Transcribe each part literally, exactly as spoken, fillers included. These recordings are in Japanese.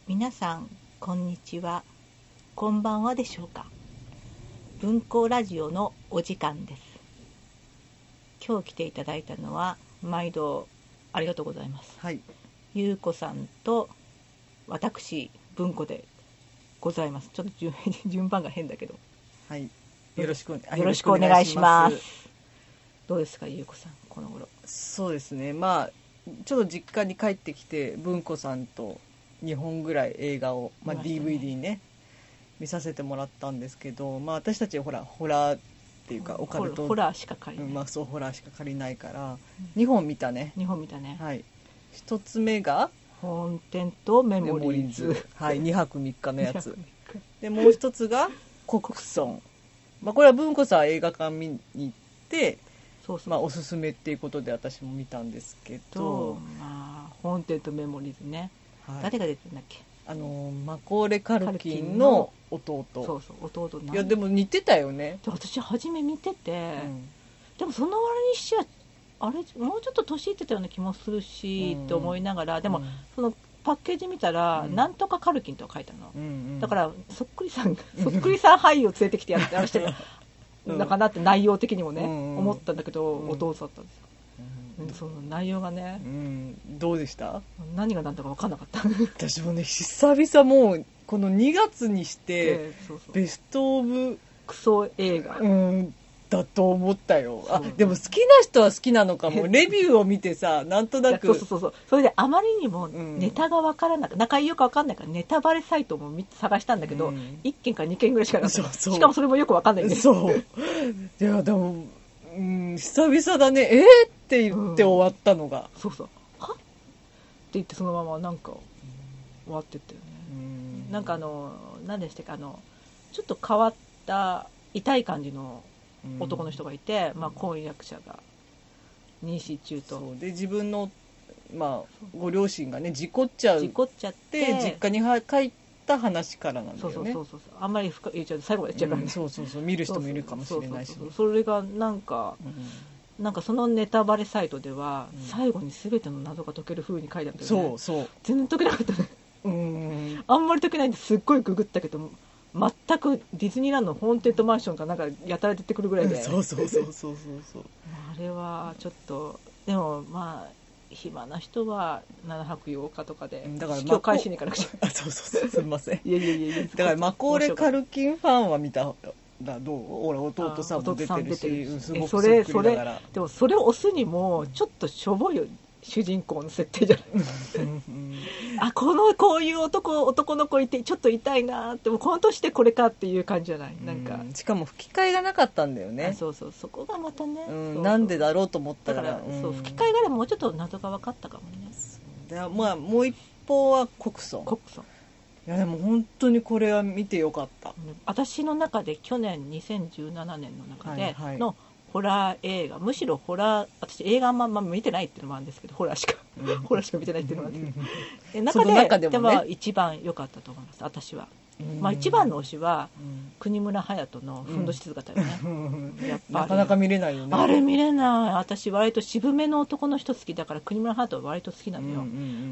皆さんこんにちは、こんばんはでしょうか。文庫ラジオのお時間です。今日来ていただいたのは毎度ありがとうございます、 はい、 ゆうこさんと私文庫でございます。ちょっと 順, 順番が変だけど、 はい、よろしくよろしくお願いします。どうですかゆうこさん、この頃。 そうですね、まあちょっと実家に帰ってきて文庫さんとにほんぐらい映画を、まあ、ディーブイディー ね見させてもらったんですけど、まあ、私たちほらホラーっていうかオカルトホラーしか借りない、 うんまあ、そうホラーしか借りないから、うん、にほん見たね。 にほん見たね。 はい、ひとつめがホーンテンとメモリーズ、 はい、にはくみっかのやつで、もう一つがコクソン、まあ、これは文庫さん映画館見に行ってそうそう、まあ、おすすめっていうことで私も見たんですけど、 まあ、ホーンテンとメモリーズね、はい、誰が出てるんだっけ。 あのマコーレ・カルキンの弟。そうそう弟。 いやでも似てたよね。 私初め見てて、うん、でもその割にしちゃあれもうちょっと年いってたような気もするし、うん、って思いながら、でも、うん、そのパッケージ見たら、うん、なんとかカルキンと書いたの、うんうん、だからそっくりさんそっくりさん俳優を連れてきてやってらしてるのかなって内容的にもね、うん、思ったんだけど、うん、弟だったんですよ、うん、その内容がね、 うん、どうでした？ 何が何だか分かんなかった私もね久々もうこのにがつにして、えー、そうそうベストオブクソ映画、 うんだと思ったよ。あでも好きな人は好きなのかも。レビューを見てさなんとなくそうそうそうそれであまりにもネタが分からなく、うん、仲いいよく分かんないからネタバレサイトも探したんだけど、うん、いっけんかにけんぐらいしかなかった。そうそうしかもそれもよく分かんないんでそういやでも、うん、久々だね。えー、って言って終わったのが、 うん、そうそうはって言ってそのままなんか終わってったよね、うん、なんかあの何でしたっけ、あのちょっと変わった痛い感じの男の人がいて、うんまあ、婚約者が妊娠中とそうで自分の、まあ、ご両親がね事故っちゃう事故っちゃって実家に帰った話からなんだよね。 そうそうそうそうあんまり深言っちゃうと最後まで言っちゃうからね、 うん、そうそうそう見る人もいるかもしれないし、 そうそうそうそれがなんか、うん、なんかそのネタバレサイトでは、うん、最後に全ての謎が解ける風に書いてあったよね。そうそう全然解けなかったねうんあんまり解けないんですっごいググったけど全くディズニーランドのホーンテッドマンションがなんかやたら出てくるぐらいで、 そうそうそうそうそうそうあれはちょっとでもまあ暇な人はななはくようかとかでだから今日返しに行かなくちゃそうそうそうすみませんいやいやいやだからマコーレ・カルキンファンは見ただどう俺弟さんも出てるし、うん、すごくそっくりだから。それそれでもそれを押すにもちょっとしょぼいよ主人公の設定じゃないあこのこういう男男の子いてちょっと痛いなってもうこの年でこれかっていう感じじゃないなんか、 うん、しかも吹き替えがなかったんだよね。 あそうそうそこがまたね、 うん、そうそうなんでだろうと思ったらだから、うん、そう吹き替えがでももうちょっと謎が分かったかもね。 で、まあ、もう一方はコクソン。 コクソンいやでも本当にこれは見てよかった。 私の中で去年にせんじゅうななねんの中でのホラー映画、むしろホラー私映画あんま見てないっていうのもあるんですけどホラーしか、うん、ホラーしか見てないっていうのもあるんですけど中で中でも、ね、でも一番良かったと思います私は、まあ、一番の推しは、うん、国村隼人のふんどし姿よね、うん、 やっぱなかなか見れないよねあれ見れない。私割と渋めの男の人好きだから国村隼人は割と好きなのよ、うんうんうん、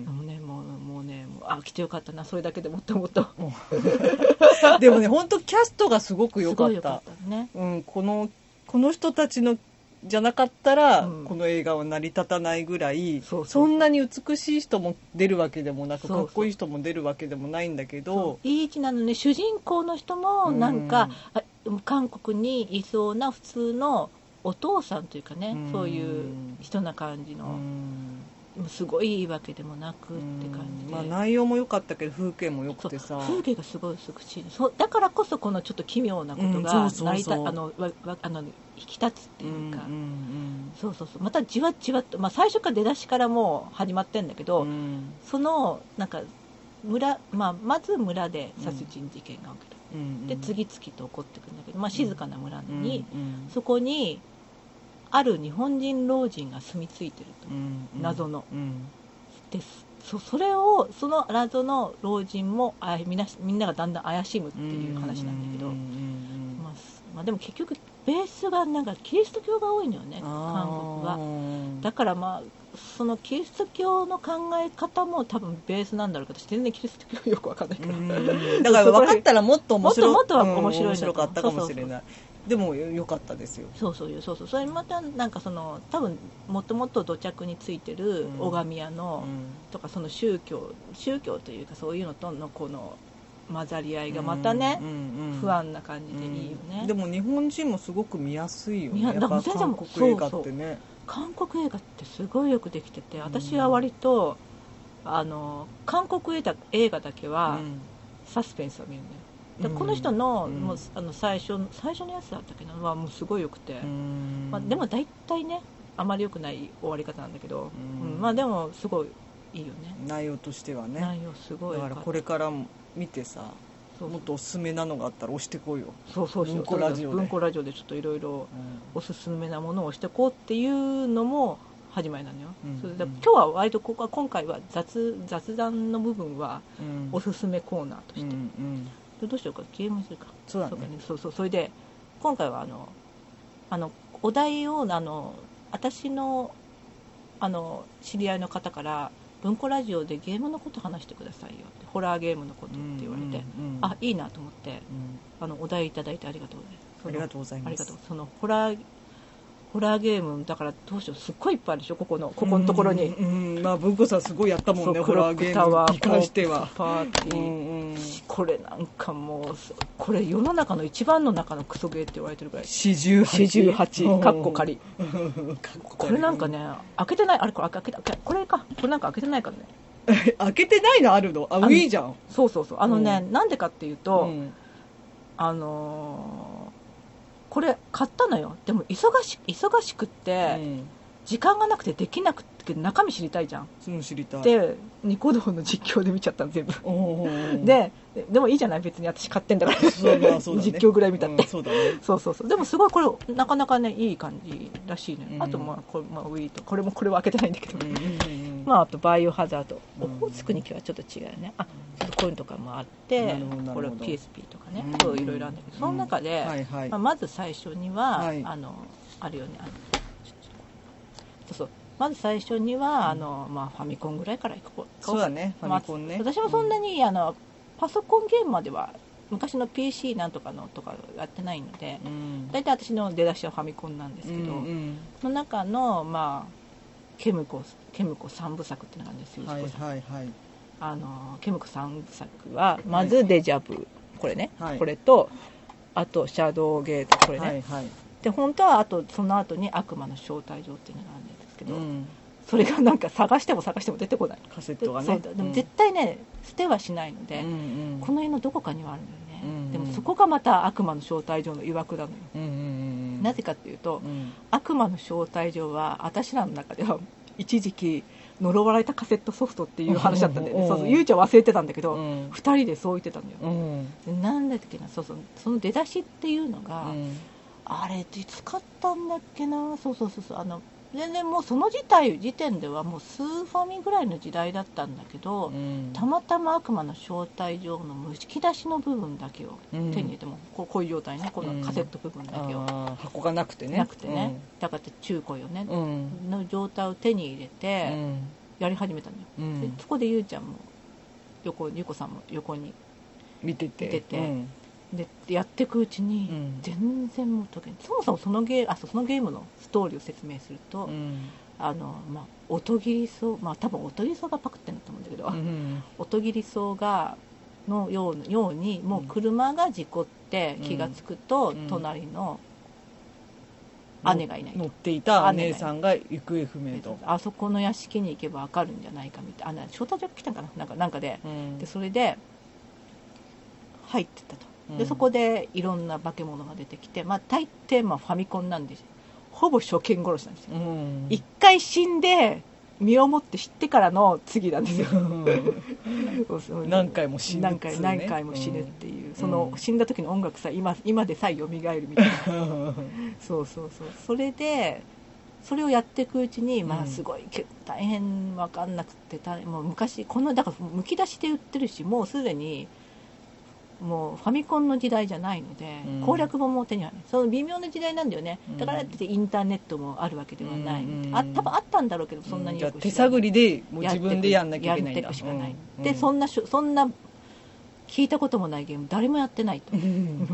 もうねもうもうねもうあ来てよかったなそれだけでもって思ったでもね本当キャストがすごく良かった。すごい良かったね、うん、このこの人たちのじゃなかったら、うん、この映画は成り立たないぐらい そ, うそうそうそんなに美しい人も出るわけでもなくかっこいい人も出るわけでもないんだけどいい位置なのね。主人公の人もなんか、うん、韓国にいそうな普通のお父さんというかね、うん、そういう人な感じの、うん、すごいいいわけでもなくって感じで、 まあ、内容も良かったけど風景も良くてさ風景がすごい美しい。そうだからこそこのちょっと奇妙なことが成り立あのわわあの引き立つっていうか、うんうんうん、そうそうそうまたじわじわっと、まあ、最初から出だしからもう始まってんだけど、うん、そのなんか村、まあ、まず村で殺人事件が起きる、うん、で次々と起こってくるんだけど、まあ、静かな村に、うんうん、そこにある日本人老人が住み着いてると、うんうん、謎の、うん、で そ, それをその謎の老人もあみんなみんながだんだん怪しむっていう話なんだけど、うんうんうんまあまあ、でも結局ベースがなんかキリスト教が多いのよね韓国は。だからまあそのキリスト教の考え方も多分ベースなんだろうけど、全然キリスト教よく分かんないから、 だから分かったらもっと面白もっともっと面白い、うん、 面白かったかもしれない。そうそうそう、でも良かったですよ。 そうそうそうそう、それまたなんかその多分もともと土着についてる拝み屋の、うん、とかその宗教宗教というかそういうのとのこの混ざり合いがまたね、うんうんうん、不安な感じでいいよね、 うん、でも日本人もすごく見やすいよね。やっぱ韓国映画ってね、そうそう、 韓国映画ってすごいよくできてて、私は割とあの韓国映画、映画だけはサスペンスを見るんだよ。でこの人の、うん、もうあの最初最初のやつだったけどはもうすごいよくて、まあ、でも大体ねあまり良くない終わり方なんだけど、うん、まあでもすごいいいよね、 内容としてはね。 内容すごい。 だからこれからも見てさ、もっとおすすめなのがあったら押してこいよ。 そうそうそう、文庫ラジオで文庫ラジオでちょっといろいろおすすめなものを押してこうっていうのも始まりなのよ、うん、それで今日は割とここは今回は 雑, 雑談の部分はおすすめコーナーとして、うんうんうん、どうしようか、ゲームするか。 そうだね、 そうかね、そうそう、それで今回はあのあのお題をあの私のあの知り合いの方から文庫ラジオでゲームのこと話してくださいよって、ホラーゲームのことって言われて、うんうんうん、あ、いいなと思って、うん、あのお題いただいてありがとうありがとうございます。 ありがとう。そのホラーホラーゲームだからどうしよう、すっごいいっぱいあるでしょ、ここのここのところに。 うん、うん、まあ文庫さんすごいやったもんね、ホラーゲームに関しては。 パーティー、うんうん、これなんかもうこれ世の中の一番の中のクソゲーって言われてるぐらい。 四十八。四十八。カッコ仮。これなんかね、開けてない、あれこれ開けた、これか、これなんか開けてないからね。開けてないのあるの？あ、ウィーじゃん。 そうそうそう、あのね、うん、なんでかっていうと、うん、あのー。これ買ったのよ。でも忙し忙しくって、うん、時間がなくてできなくて、中身知りたいじゃん。 うん、知りたい。 でニコ動の実況で見ちゃったの全部。ででもいいじゃない、別に私買ってんだから。そう、まあそうだね、実況ぐらい見たって、うん、そうだね、そうそうそう。でもすごいこれなかなかねいい感じらしいのよ、うん、あとまあこれ、まあ、ウィーとこれもこれは開けてないんだけど、うんうんうん、まああとバイオハザード、オホーツクにはちょっと違うよね。あ、ちょっとこういうのとかもあって、これは ピーエスピー とかね、そういろいろあるんだけど、その中で、うんはいはい、まあ、まず最初には、はい、あのあるよね、あのそうそう、まず最初には、うん、あのまあ、ファミコンぐらいからいこう。 そうだね、ファミコンね、 まあ、私もそんなに、うん、あのパソコンゲームまでは昔の ピーシー なんとかのとかやってないので、うん、大体私の出だしはファミコンなんですけど、うんうん、その中の、まあ、ケムコケムコ三部作っていうのがあるんですよ、はいはいはい、あのケムコ三部作はまずデジャブ、はい、これね、はい、これとあとシャドウゲート、これね、はいはい、で本当はあとその後に悪魔の招待状っていうのがあるんですけど、うん、それがなんか探しても探しても出てこない、 カセットがね。 で, でも絶対ね、うん、捨てはしないので、うんうん、この家のどこかにはあるのよね、うんうん、でもそこがまた悪魔の招待状の曰くなのよ、うんうんうん、なぜかっていうと、うん、悪魔の招待状は私らの中では一時期呪われたカセットソフトっていう話だったんで、ね、そうそう、ゆうちゃん忘れてたんだけど、うん、ふたりでそう言ってたんだよ、うん、でなんだっけな、そうそう、その出だしっていうのが、うん、あれいつ買ったんだっけな、そうそうそうそう、あの全然もうその時体時点ではもうスーファミぐらいの時代だったんだけど、うん、たまたま悪魔の招待状のむき出しの部分だけを手に入れても、うん、こ, うこういう状態ね、このカセット部分だけを、うん、 箱がなくてねなくてね、うん、だから中古よね、うん、の状態を手に入れてやり始めたのよ、うん、でそこでゆうちゃんも横ゆうこさんも横に見てて、 見てて、うんでやっていくうちに全然もう解けない、うん、そもそもそのゲー、あ、そのゲームのストーリーを説明すると、うん、あのまあ、音切り草、まあ、多分音切り草がパクってるんだと思うんだけど、うん、音切り草がのようようにもう車が事故って気がつくと、うん、隣の姉がいない、 乗っていた姉さんが行方不明と、 あそこの屋敷に行けば分かるんじゃないかみたいな、招待状来たんかな、なんかなんかで、うん、でそれで入ってったと。でそこでいろんな化け物が出てきて、まあ、大抵まあファミコンなんでほぼ初見殺しなんですよ、うん、一回死んで身をもって知ってからの次なんですよ何回も死ぬ、ね、 何回何回も死ぬっていう、うん、その死んだ時の音楽さ 今, 今でさえ蘇るみたいなそうそうそう、それでそれをやっていくうちに、まあ、すごい大変分かんなくて、もう昔このだからむき出しで売ってるし、もうすでにもうファミコンの時代じゃないので、うん、攻略本も手に入らない、その微妙な時代なんだよね、だからってインターネットもあるわけではない、うん、あ多分あったんだろうけどそんなによく知らない、 手探りでもう自分でやんなきゃいけないんだ、 やっていくしかない、うん、でそんなそんな聞いたこともないゲーム誰もやってないと、うん、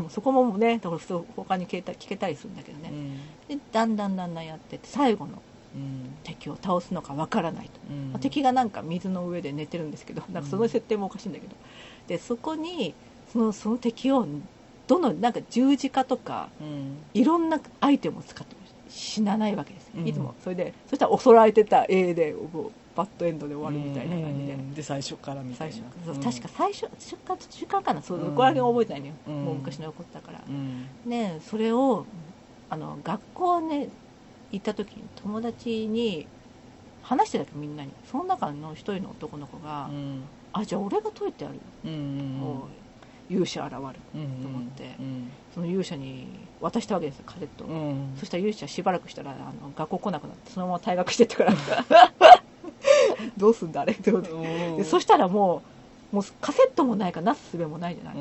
そこもねだから普通他に聞けた、聞けたりするんだけどね、うん、でだんだんだんだんやってって最後の敵を倒すのかわからないと、うんまあ、敵がなんか水の上で寝てるんですけどなんかその設定もおかしいんだけど、でそこにその、その敵をどのなんか十字架とか、うん、いろんなアイテムを使って死なないわけです、うん、いつもそれでそしたら恐られてた A でバッドエンドで終わるみたいな感じで、うん、 で最初からみたいな、 最初そう、うん、確か最初出荷中間かな、そう、うん、これだけ覚えてないのよ、うん、もう昔の起こったから、うん、ねそれをあの学校ね行った時に友達に話してたけどみんなにその中の一人の男の子が、うん、あじゃあ俺が解いてやるよ、うんうんうん、もう勇者現ると思って、うんうん、その勇者に渡したわけですよカセット、うん、そしたら勇者しばらくしたらあの学校来なくなってそのまま退学してってからどうすんだあれって思って、うん、でそしたらもう、もうカセットもないからなすすべもないじゃない、うん、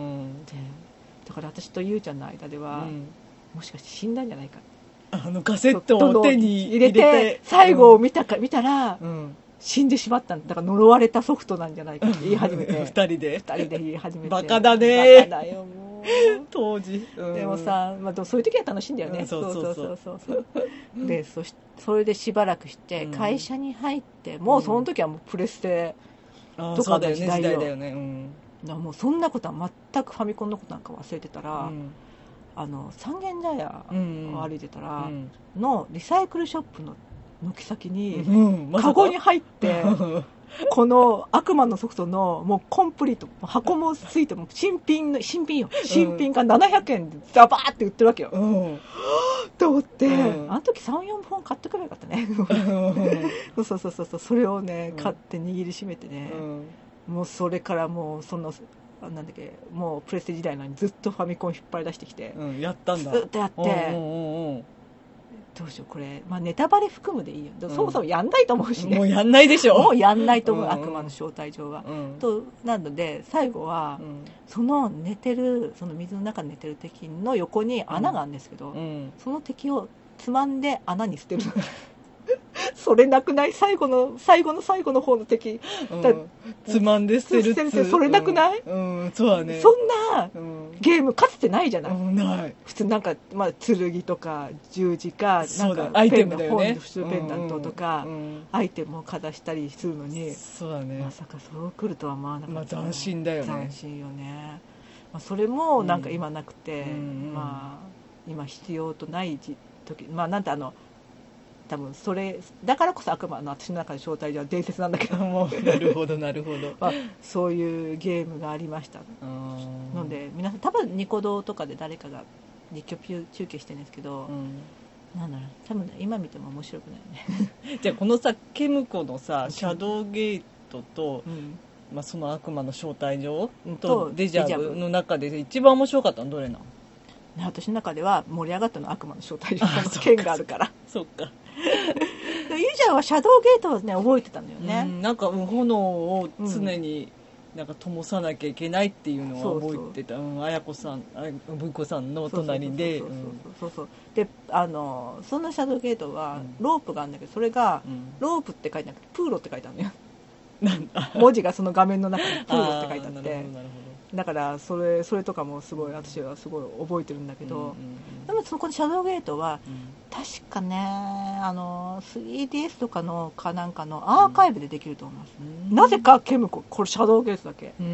だから私とゆうちゃんの間では、うん、もしかして死んだんじゃないか、 あのカセットを手に入れて、 入れて最後を見たか、見たら、うん、死んでしまったんだから呪われたソフトなんじゃないかって言い始めてふたりでふたりで言い始めてバカだねバカだよもう当時、 うん、でもさ、まあ、そういう時は楽しいんだよね、うん、そうそうそうそうそうで そ, しそれでしばらくして会社に入って、うん、もうその時はもうプレステとかの時代よ、 時代だよね、うん、 だからもうそんなことは全くファミコンのことなんか忘れてたら、うんあの三軒茶屋を歩いてたら、うん、のリサイクルショップの軒先に、うんま、カゴに入ってこの悪魔のソフトのもうコンプリート箱もついても新品の新品よ新品がななひゃくえんでザバーって売ってるわけよ、うん、と思って、うん、あの時 さん,よん 本買ってくればよかったねそうそうそうそうそれをね買って握りしめてね、うん、もうそれからもうそのなんだっけもうプレステ時代なのにずっとファミコン引っ張り出してきて、 うん、やったんだずっとやって、おうおうおうどうしようこれ、まあ、ネタバレ含むでいいよ、うん、そもそもやんないと思うしねもうやんないでしょもうやんないと思う、うん、悪魔の招待状は、うん、となので最後は、うん、その寝てるその水の中に寝てる敵の横に穴があるんですけど、うん、その敵をつまんで穴に捨てるそれなくない最後の最後の最後の方の敵、 うん、つまんで捨てるっつそれなくない、 うん、うん、そうだねそんなゲームかつてないじゃない、 うん、ない普通なんか、まあ、剣とか十字かなんかアイテムだよね普通ペンダントとか、うんうん、アイテムをかざしたりするのにそうだねまさかそう来るとは思わなかった、 まあ、斬新だよね斬新よね、まあ、それもなんか今なくて、うん、まあ今必要とない時まあなんてあの多分それだからこそ悪魔の私の中で招待状は伝説なんだけどもなるほどなるほど、 まあ、そういうゲームがありましたので皆さん多分ニコ動とかで誰かが実況中継してるんですけど、うん、なんだろう多分、ね、今見ても面白くないよねじゃあこのさケムコのさシャドウゲートと、うんまあ、その悪魔の招待状とデジャブの中で一番面白かったのどれなの？ 私の中では盛り上がったのは悪魔の招待状の件があるからそっかゆうちゃんはシャドウゲートはね覚えてたんだよね、 うん、なんか炎を常になんか灯さなきゃいけないっていうのは覚えてた、うん、綾子さん文子さんの隣でそうそうであのそんなシャドウゲートはロープがあるんだけどそれが、うん、ロープって書いてなくてプーロって書いてあるのよなん文字がその画面の中にプーロって書いてあって、だからそれそれとかもすごい私はすごい覚えてるんだけど、うんうんうん、でもそこでシャドウゲートは、うん、確かねあの スリーディーエス とかのかなんかのアーカイブでできると思います、うん、なぜかケムコこれシャドウゲートだけ、うん、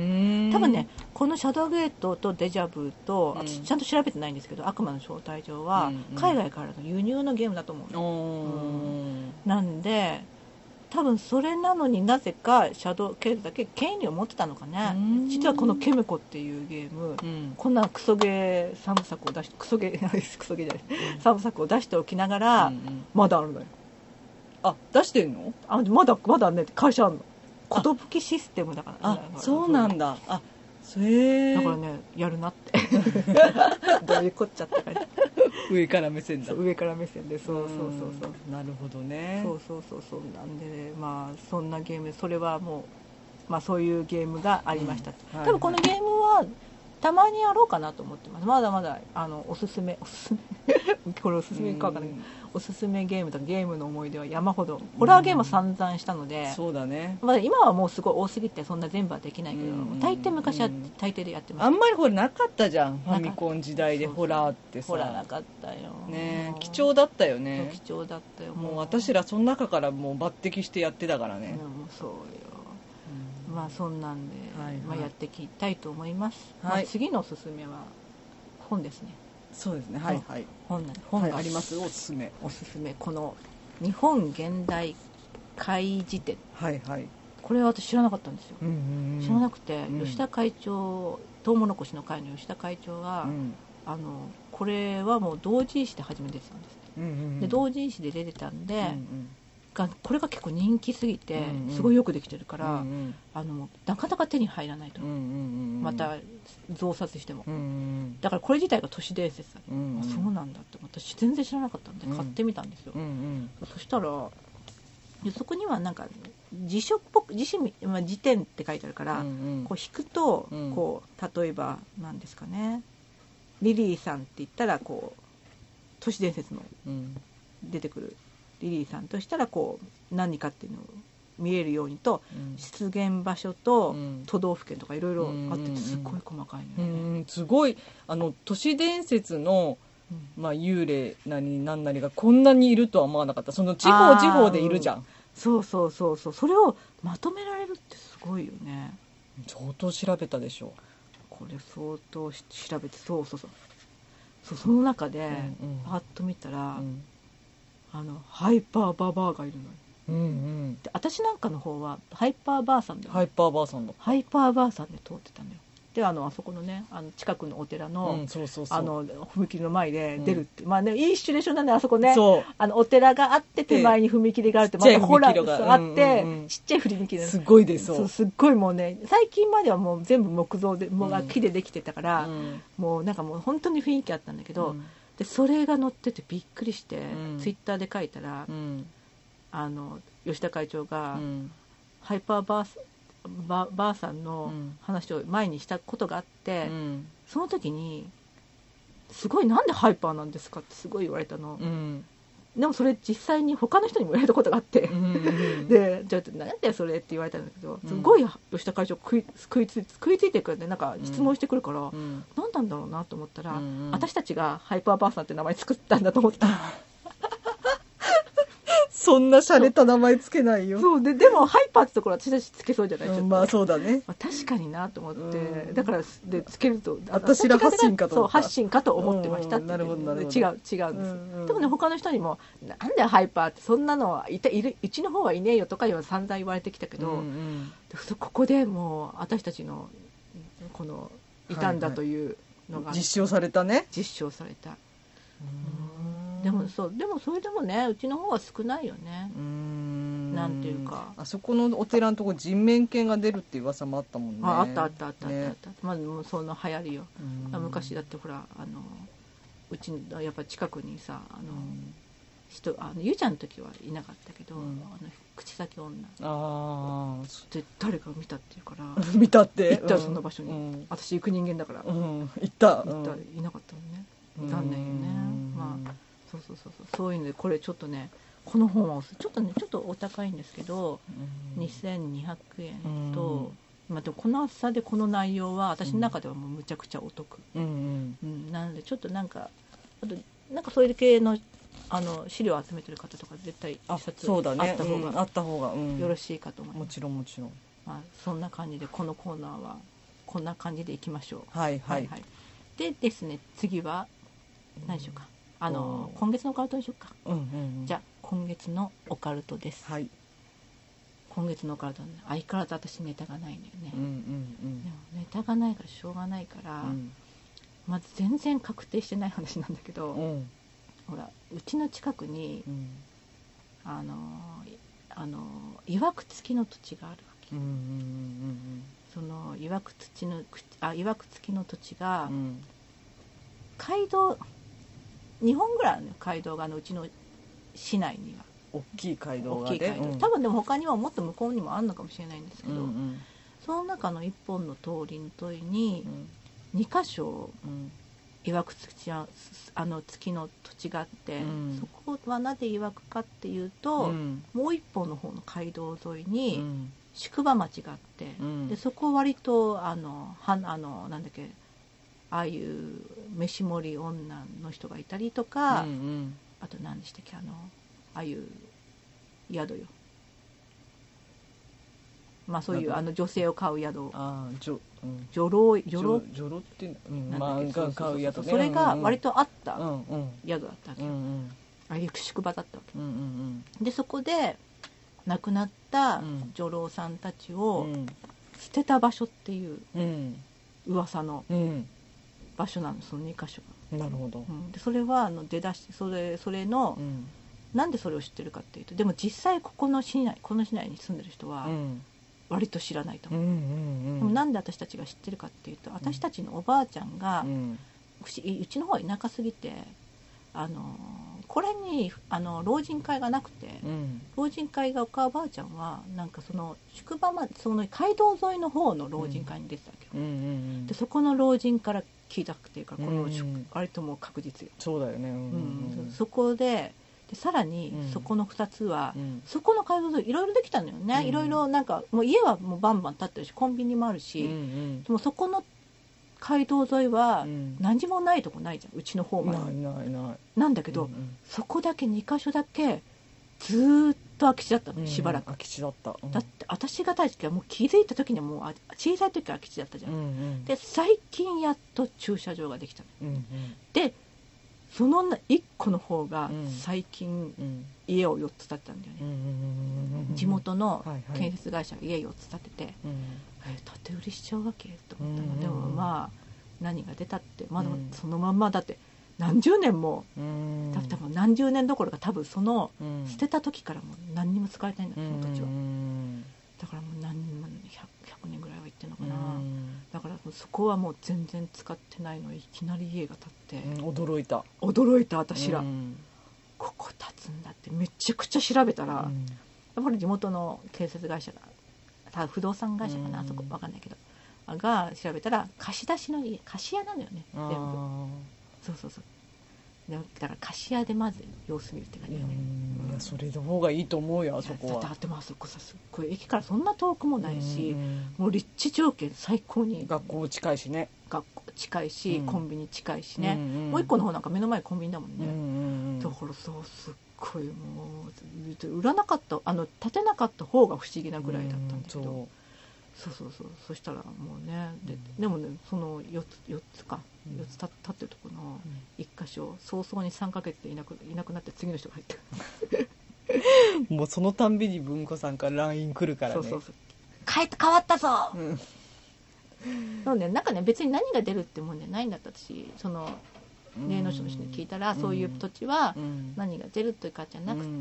多分ねこのシャドウゲートとデジャブと、うん、私ちゃんと調べてないんですけど悪魔の招待状は、うんうん、海外からの輸入のゲームだと思う、うん、なんで多分それなのになぜかシャドウゲートだけ権利を持ってたのかね。実はこのケムコっていうゲーム、うん、こんなクソゲー三部作を出してクソゲークソゲーじゃない、うん、三部作を出しておきながら、うんうん、まだあるのよ。 あ出してんの？ あまだまだね会社あるの。ことぶきシステムだから、 ね、あそうなんだ。あへだからねやるなってどういうこっちゃったか上から目線だ上から目線でそうそうそうそうなるほどねそうそうそうそうなんで、ね、まあそんなゲームそれはもうまあそういうゲームがありました、うんはいはい、多分このゲームはたまにやろうかなと思ってます。まだまだあのおすすめおすすめこれおすすめかわからないけど、おすすめゲームとかゲームの思い出は山ほど、ホラーゲーム散々したので、 そうだね、 まあ、今はもうすごい多すぎてそんな全部はできないけど、大抵昔は大抵でやってました。 あんまりほらなかったじゃん、ファミコン時代でホラーってさ。 ホラーなかったよね、貴重だったよね。 貴重だったよ。 もう私らその中からもう抜擢してやってたからね。 うん、そうよ。まあそんなんで、 はいはい、 まあ、やっていきたいと思います、 はい。 まあ、次のおすすめは本ですね。 そうですね、はいはい、 本なん本があります。おすすめおすすめこの日本現代会辞典、 はいはい、 これは私知らなかったんですよ、 うんうんうん、 知らなくて、 うん、 吉田会長、トウモロコシの会の吉田会長が、うん、あのこれはもう同人誌で初めて出てたんですね、うんうんうん、で同人誌で出てたんで、うんうん、がこれが結構人気すぎて、うんうん、すごいよくできてるから、うんうん、あのなかなか手に入らないと、うんうんうん、また増刷しても、うんうん、だからこれ自体が都市伝説だ、うんうん、そうなんだって私全然知らなかったんで買ってみたんですよ、うんうん、そしたらそこにはなんか辞書っぽく 辞, まあ、辞典って書いてあるから、うんうん、こう引くと、うん、こう例えば何ですかね、リリーさんって言ったらこう都市伝説の出てくる、リリーさんとしたらこう何かっていうのを見えるようにと、うん、出現場所と都道府県とかいろいろあってすっごい細かいのよね、 うんうん、すごいあの都市伝説の、まあ、幽霊なり何なりがこんなにいるとは思わなかった。その地方地方でいるじゃん、うん、 そうそうそうそう、それをまとめられるってすごいよね。 相当調べたでしょ。 これ相当調べて、そうそうそうそう、その中でパッと見たら、うんうん、あのハイパーババアがいるのよ、うんうん、で私なんかの方はハイパーバーさんで、 ハイパーバーさんだハイパーバーさんで通ってたのよ。であのあそこのね、あの近くのお寺の、うん、そうそうそう、あの踏切の前で出るって、うん、まあね、いいシチュエーションなんだよあそこね。そう、あのお寺があって手前に踏切があって、またホラーがあって、うんうんうん、ちっちゃい踏切すごいで、そう、 そうすっごいもうね、最近まではもう全部木造で、もう木でできてたから、うん、もうなんかもう本当に雰囲気あったんだけど、うん、でそれが載っててびっくりして、うん、ツイッターで書いたら、うん、あの吉田会長が、うん、ハイパーバースば, ばあさんの話を前にしたことがあって、うん、その時にすごいなんでハイパーなんですかってすごい言われたの、うん、でもそれ実際に他の人にも言われたことがあって、うんうん、でじゃあなんでそれって言われたんだけど、すごい吉田会長食い食いつ食いついてくるんで、なんか質問してくるから、うん、何なんだろうなと思ったら、うんうん、私たちがハイパーばあさんって名前作ったんだと思ったそんな洒落た名前つけないよ。 そうで、でもハイパーってところは私たちつけそうじゃない、 うん、まあそうだね、 まあ、確かになと思って、うん、だからでつけると私ら発信かと思った。そう発信かと思ってましたって、 なるほどなるほど、 違う違うんです、うんうん、でもね他の人にもなんでハイパーってそんなのはいている、うちの方はいねえよとか散々言われてきたけど、うんうん、ここでもう私たちのこのいたんだというのが、 はいはい、実証されたね、 実証された。でもそう、でもそれでもね、うちの方は少ないよね。うーん、なんていうか、 あそこのお寺のとこ人面犬が出るっていう噂もあったもんね。 あ、あったあったあったあったあった、ね、まあもうその流行りよ。昔だってほら、あのうちのやっぱ近くにさ、あの人、あのゆうちゃんの時はいなかったけど、うん、あの口先女、あで誰か見たっていうから見たって行ったその場所に、うん、私行く人間だから、うん、 行った行った、いなかったのね。残念よね。まあそうそうそうそう、そういうのでこれちょっとね、この本はちょっとねちょっとお高いんですけど、にせんにひゃくえんと、まあ、でもこの厚さでこの内容は私の中ではもうむちゃくちゃお得、うんうん、なのでちょっとなんかあとなんかそういう系のあの資料を集めてる方とか絶対一冊あった方が、ね、うん、あった方がよろしいかと思います。 もちろんもちろん、 まあ、そんな感じでこのコーナーはこんな感じでいきましょう。 はいはい、はいはい、 でですね、次は何でしょうか、あの今月のオカルトでしょうか、うんうんうん、じゃあ今月のオカルトです、はい、今月のオカルトは、ね、相変わらず私ネタがないんだよね、うんうんうん、でもネタがないからしょうがないから、うん、まず全然確定してない話なんだけど、うん、ほらうちの近くに、うん、あのあの曰く付きの土地があるわけ、うんうんうんうん、その曰く土のあ曰く付きの土地が、うん、街道にほんぐらいあるのよ、街道があのうちの市内には大きい街道がね、大きい街道、うん、多分でも他にはもっと向こうにもあるのかもしれないんですけど、うんうん、その中の一本の通りの問いに、 にかしょ、うん、いわくつきあの月の土地があって、うん、そこはなぜいわくかっていうと、うん、もう一方の方の街道沿いに宿場町があって、うん、でそこ割とあのはあのなんだっけああいう飯盛り女の人がいたりとか、うんうん、あと何でしたっけあのああいう宿よ、まあそういうあの女性を買う宿、あじょ、うん、女郎女郎女郎っていうの、まあ買う宿ね、 それが割とあった宿だったわけよ、うんうん、ああいう宿場だったわけ、うんうんうん、でそこで亡くなった女郎さんたちを捨てた場所っていう噂の場所なの、そのにかしょが。 なるほど、 うん、でそれはあの出だしそれそれの、うん、なんでそれを知ってるかっていうと、でも実際ここの市内この市内に住んでる人は割と知らないと思う、うんうんうん、でもなんで私たちが知ってるかっていうと、私たちのおばあちゃんが、うん、うちの方は田舎すぎてあのこれにあの老人会がなくて、うん、老人会がお母ばあちゃんはなんかその宿場まその街道沿いの方の老人会に出てたわけよ、うんうんうん、でそこの老人から聞いたっていうか、この、うんうん、あれとも確実よ、 そうだよね、うんうんうん、そこででさらにそこのふたつは、うん、そこの街道沿いいろいろできたのよね、うん、いろいろなんかもう家はもうバンバン建ってるしコンビニもあるし、うんうん、でもそこの街道沿いは何にもないとこないじゃん、うちの方までないないないなんだけど、うんうん、そこだけにかしょだけずーっと空き地だったの、しばらく、 うん、空き地だった、うん、 だって私が大好きはもう気づいた時にはもう小さい時から空き地だったじゃん、うんうん、で最近やっと駐車場ができたの、うんうん、でそのいっこの方が最近家をよっつ建てたんだよね、うん、地元の建設会社が家よっつ建てて、うん、え建て売りしちゃうわけと思ったの、うん、でもまあ何が出たってまだそのまんまだって何十年も、うん、多分何十年どころか多分その捨てた時からもう何にも使われてないんだ、その土地は、うん、だからもう何人も ひゃく, ねんぐらいは行ってんのかな、うん、だからそこはもう全然使ってないのいきなり家が建って、 うん、驚いた驚いた私ら、うん、ここ建つんだってめちゃくちゃ調べたら、うん、やっぱり地元の建設会社が不動産会社かな、うん、あそこ分かんないけどが調べたら貸し出しの家貸し屋なのよね全部、そうそうそうだから貸し屋でまず様子見るって感じだよね、 うん、いやそれの方がいいと思うよ、あそこは。 だってまあそこさすっごい駅からそんな遠くもないし、もう立地条件最高に、 学校近いしね、 学校近いし、うん、コンビニ近いしね、うんうん、もう一個の方なんか目の前コンビニだもんね、うんうん、だからそうすっごいもう売らなかったあの建てなかった方が不思議なぐらいだったんだけど、うん、そうそうそうそしたらもうね で,、うん、でもねその 4, つ4つかよっつ立ってるところのいっ箇所早々にさんかげつでいなく、いなくなって次の人が入ってるもうそのたんびに文子さんから ライン 来るからね、そうそうそう変え変わったぞ、うん、そうね、なんかね別に何が出るってもんじゃないんだったし、その霊能者の人に聞いたら、うん、そういう土地は何が出るというかじゃなくて、うん、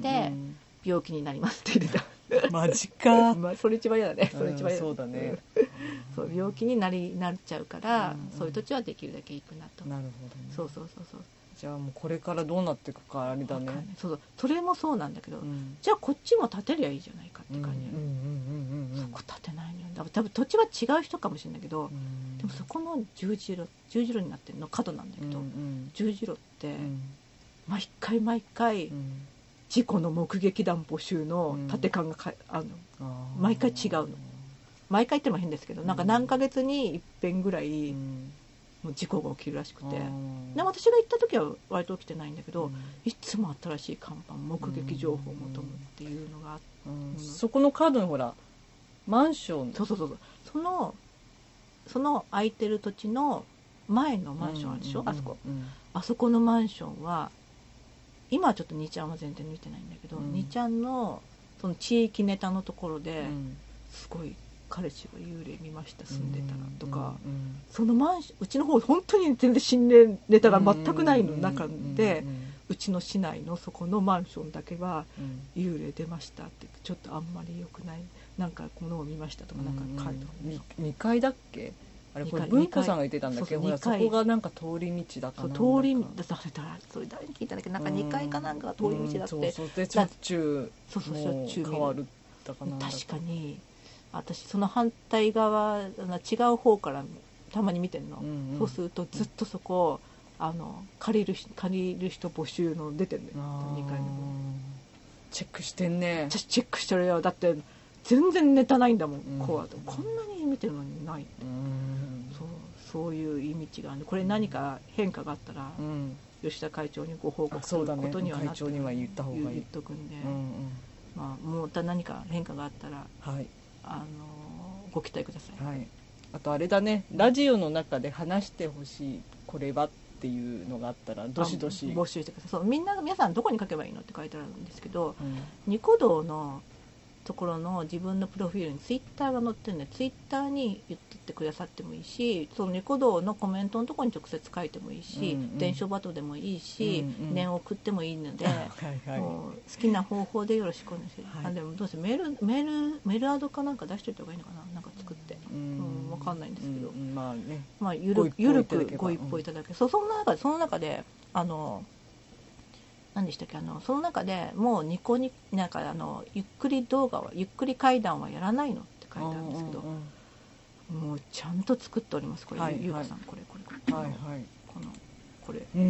病気になりますって言ってたマジか、 まあ、それ一番嫌だね、それ一番嫌だ、 そうだねそう病気になりなっちゃうから、うんうん、そういう土地はできるだけ行くなと。 なるほどね。 そうそうそうそう。 じゃあもうこれからどうなっていくかあれだね。 そうそう、それもそうなんだけど、うん、じゃあこっちも建てりゃいいじゃないかって感じ。そこ建てないのよ。だ多分土地は違う人かもしれないけど、うん、でもそこの十字路十字路になってるの角なんだけど、うんうん、十字路って、うん、毎回毎回、うん、事故の目撃談募集の建て勘がかあるの、うん、毎回違うの。毎回言っても変ですけど、なんか何ヶ月に一遍ぐらい、うん、もう事故が起きるらしくて、で私が行った時は割と起きてないんだけど、うん、いつも新しい看板目撃情報を求むっていうのがあって、 うんうん、そこのカードのほらマンション、 そうそうそうそう、そのその空いてる土地の前のマンションあるでしょ、うんうんうん、あそこ、うん、あそこのマンションは今はちょっとにちゃんは全然見てないんだけど、うん、にちゃんのその地域ネタのところで、うん、すごい彼氏が幽霊見ました住んでたらとか、うんうん、そのマンションうちの方本当に全然心霊ネタが全くないの中で、うちの市内のそこのマンションだけは幽霊出ましたってちょっとあんまり良くないなんかものを見ましたとかなんか書いてある、 うん、にかいだっけあれこれ文子さんが言ってたんだっけど、そうそうそこがなんか通り道だかな、 そう通り道だそれ誰に聞いたんだっけ、なんかにかいかなんかが通り道だって、うんうん、 そうそうでしょっちゅう変わるだかなんだか、 確かに私その反対側違う方からたまに見てるの、うんうん、そうするとずっとそこあの借りる借りる人募集の出てるのよ、にかいのチェックしてんね。 チェックしてるよ。だって全然ネタないんだもん、うん、こうはこんなに見てるのにないって、うん、そうそういう意味がある。これ何か変化があったら、うん、吉田会長にご報告することにはなって、 会長には言った方がいい、 言っとくんで、うんうん、まあ、もう何か変化があったら、はい、あのご期待ください、 はい、あとあれだね、ラジオの中で話してほしいこれはっていうのがあったらどしどし募集してください。そう、みんな皆さんどこに書けばいいのって書いてあるんですけど、うん、ニコ動のところの自分のプロフィールにツイッターが載ってるんで、ツイッターに言ってってくださってもいいし、そのニコ動のコメントのところに直接書いてもいいし、うんうん、電書バトでもいいし、うんうん、念を送ってもいいので、はいはい、もう好きな方法でよろしくお願いします、はい、あでもどうせメールメールメールアドかなんか出しといた方がいいのかな、なんか作って、うん、分かんないんですけど、うん、まあね、まあ、ゆるゆるくご一報いただけ、うん、そう、その中でその中であの何でしたっけ、あのその中でもうニコニなんかあのゆっくり動画はゆっくり会談はやらないのって書いてあるんですけど、うんうん、もうちゃんと作っております。これ、はいはい、ゆうかさんこれこれこれ、はいはい、このこれ、うん、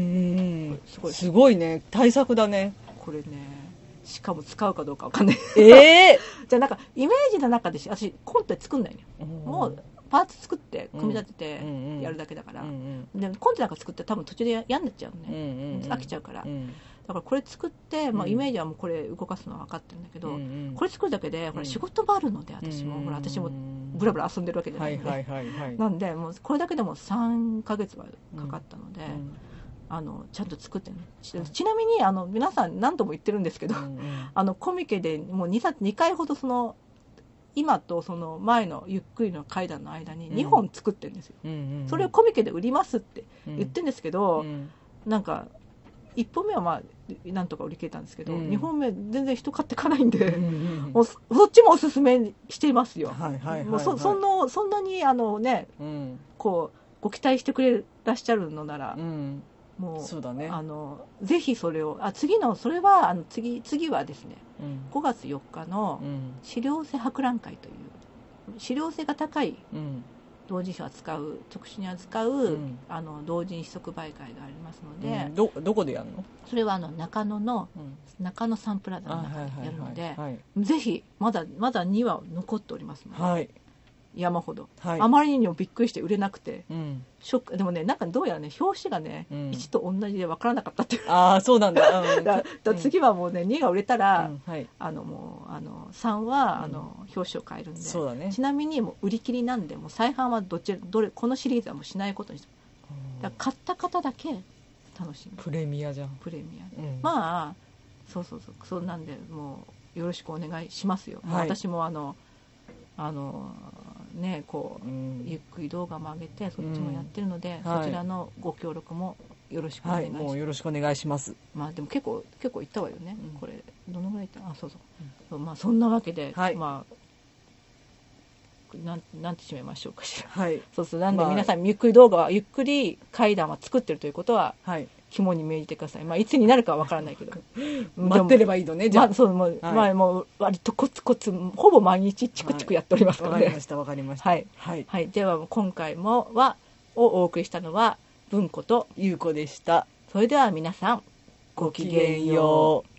すごいすごいね、対策だねこれね。しかも使うかどうかわかんない。 えー、 じゃあなんかイメージの中でし私コンテ作んないのよ、うん、もうパーツ作って組み立ててやるだけだから、うんうん、でコンテなんか作って多分途中で嫌になっちゃうのね、うんうんうん、飽きちゃうから、うん、だからこれ作って、まあ、イメージはもうこれ動かすのは分かってるんだけど、うんうん、これ作るだけでほら仕事場あるので、私も、うん、ほら私もブラブラ遊んでるわけじゃないので、はいはいはいはい、なんでもうこれだけでもさんかげつはかかったので、うんうん、あのちゃんと作ってね。 ち, ちなみにあの皆さん何度も言ってるんですけど、うんうん、あのコミケでもう 2, にかいほどその今とその前のゆっくりの会談の間ににほん作ってるんですよ、うんうんうん、それをコミケで売りますって言ってるんですけど、うん、なんかいっぽんめはまあなんとか売り切れたんですけど、うん、にほんめ全然人買ってかないんで、うんうん、もう そ, そっちもおすすめしていますよ、はいはいはいはい、もう そ, そ, のそんなにあのね、うん、こうご期待してくれらっしゃるのなら、うん、もうそうだね、あのぜひそれをあ次のそれはあの 次, 次はですね、うん、ごがつよっかの資料性博覧会という資料性が高い同人誌を扱う特殊に扱う、うん、あの同人誌即売会がありますので、うん、 ど, どこでやるの？ それはあの中野の、うん、中野サンプラザの中でやるので、はいはいはいはい、ぜひまだまだにわ残っておりますので、はい、山ほど、はい、あまりにもびっくりして売れなくて、うん、ショック。でもね、なんかどうやらね表紙がね、うん、いちと同じで分からなかったっていう。 ああそうなんだ、うん、 だ, だ次はもうねにが売れたら、うんはい、あのもうあのさんは、うん、あの表紙を変えるんで、そうだね、ちなみにもう売り切りなんでもう再販はどっちどれこのシリーズはもうしないことにして、だから買った方だけ楽しむ。 プレミアじゃん。 プレミア、うん、まあそうそうそうそうなんでもうよろしくお願いしますよ、はい、私もあのあのねこう、うん、ゆっくり動画も上げてそっちもやってるので、うん、そちらのご協力もよろしくお願いします、はい、 もうよろしくお願いします。 まあでも結構結構いったわよね、うん、これどのぐらいいったあそうそう、うん、まあそんなわけで、はい、まあなんなんて締めましょうかしら、はい、そうそうなんで皆さん、まあ、ゆっくり動画はゆっくり階段は作ってるということは、はい、肝に銘じてください。まあいつになるかはわからないけど待ってればいいのね。じゃあ、まあ、 そうもう、はい、まあもう割とコツコツほぼ毎日チクチクやっておりますので、 わ、はい、かりましたわかりました。 はいはい、はい、では今回もはをお送りしたのは文子とゆうこでした。 それでは皆さんごきげんよう。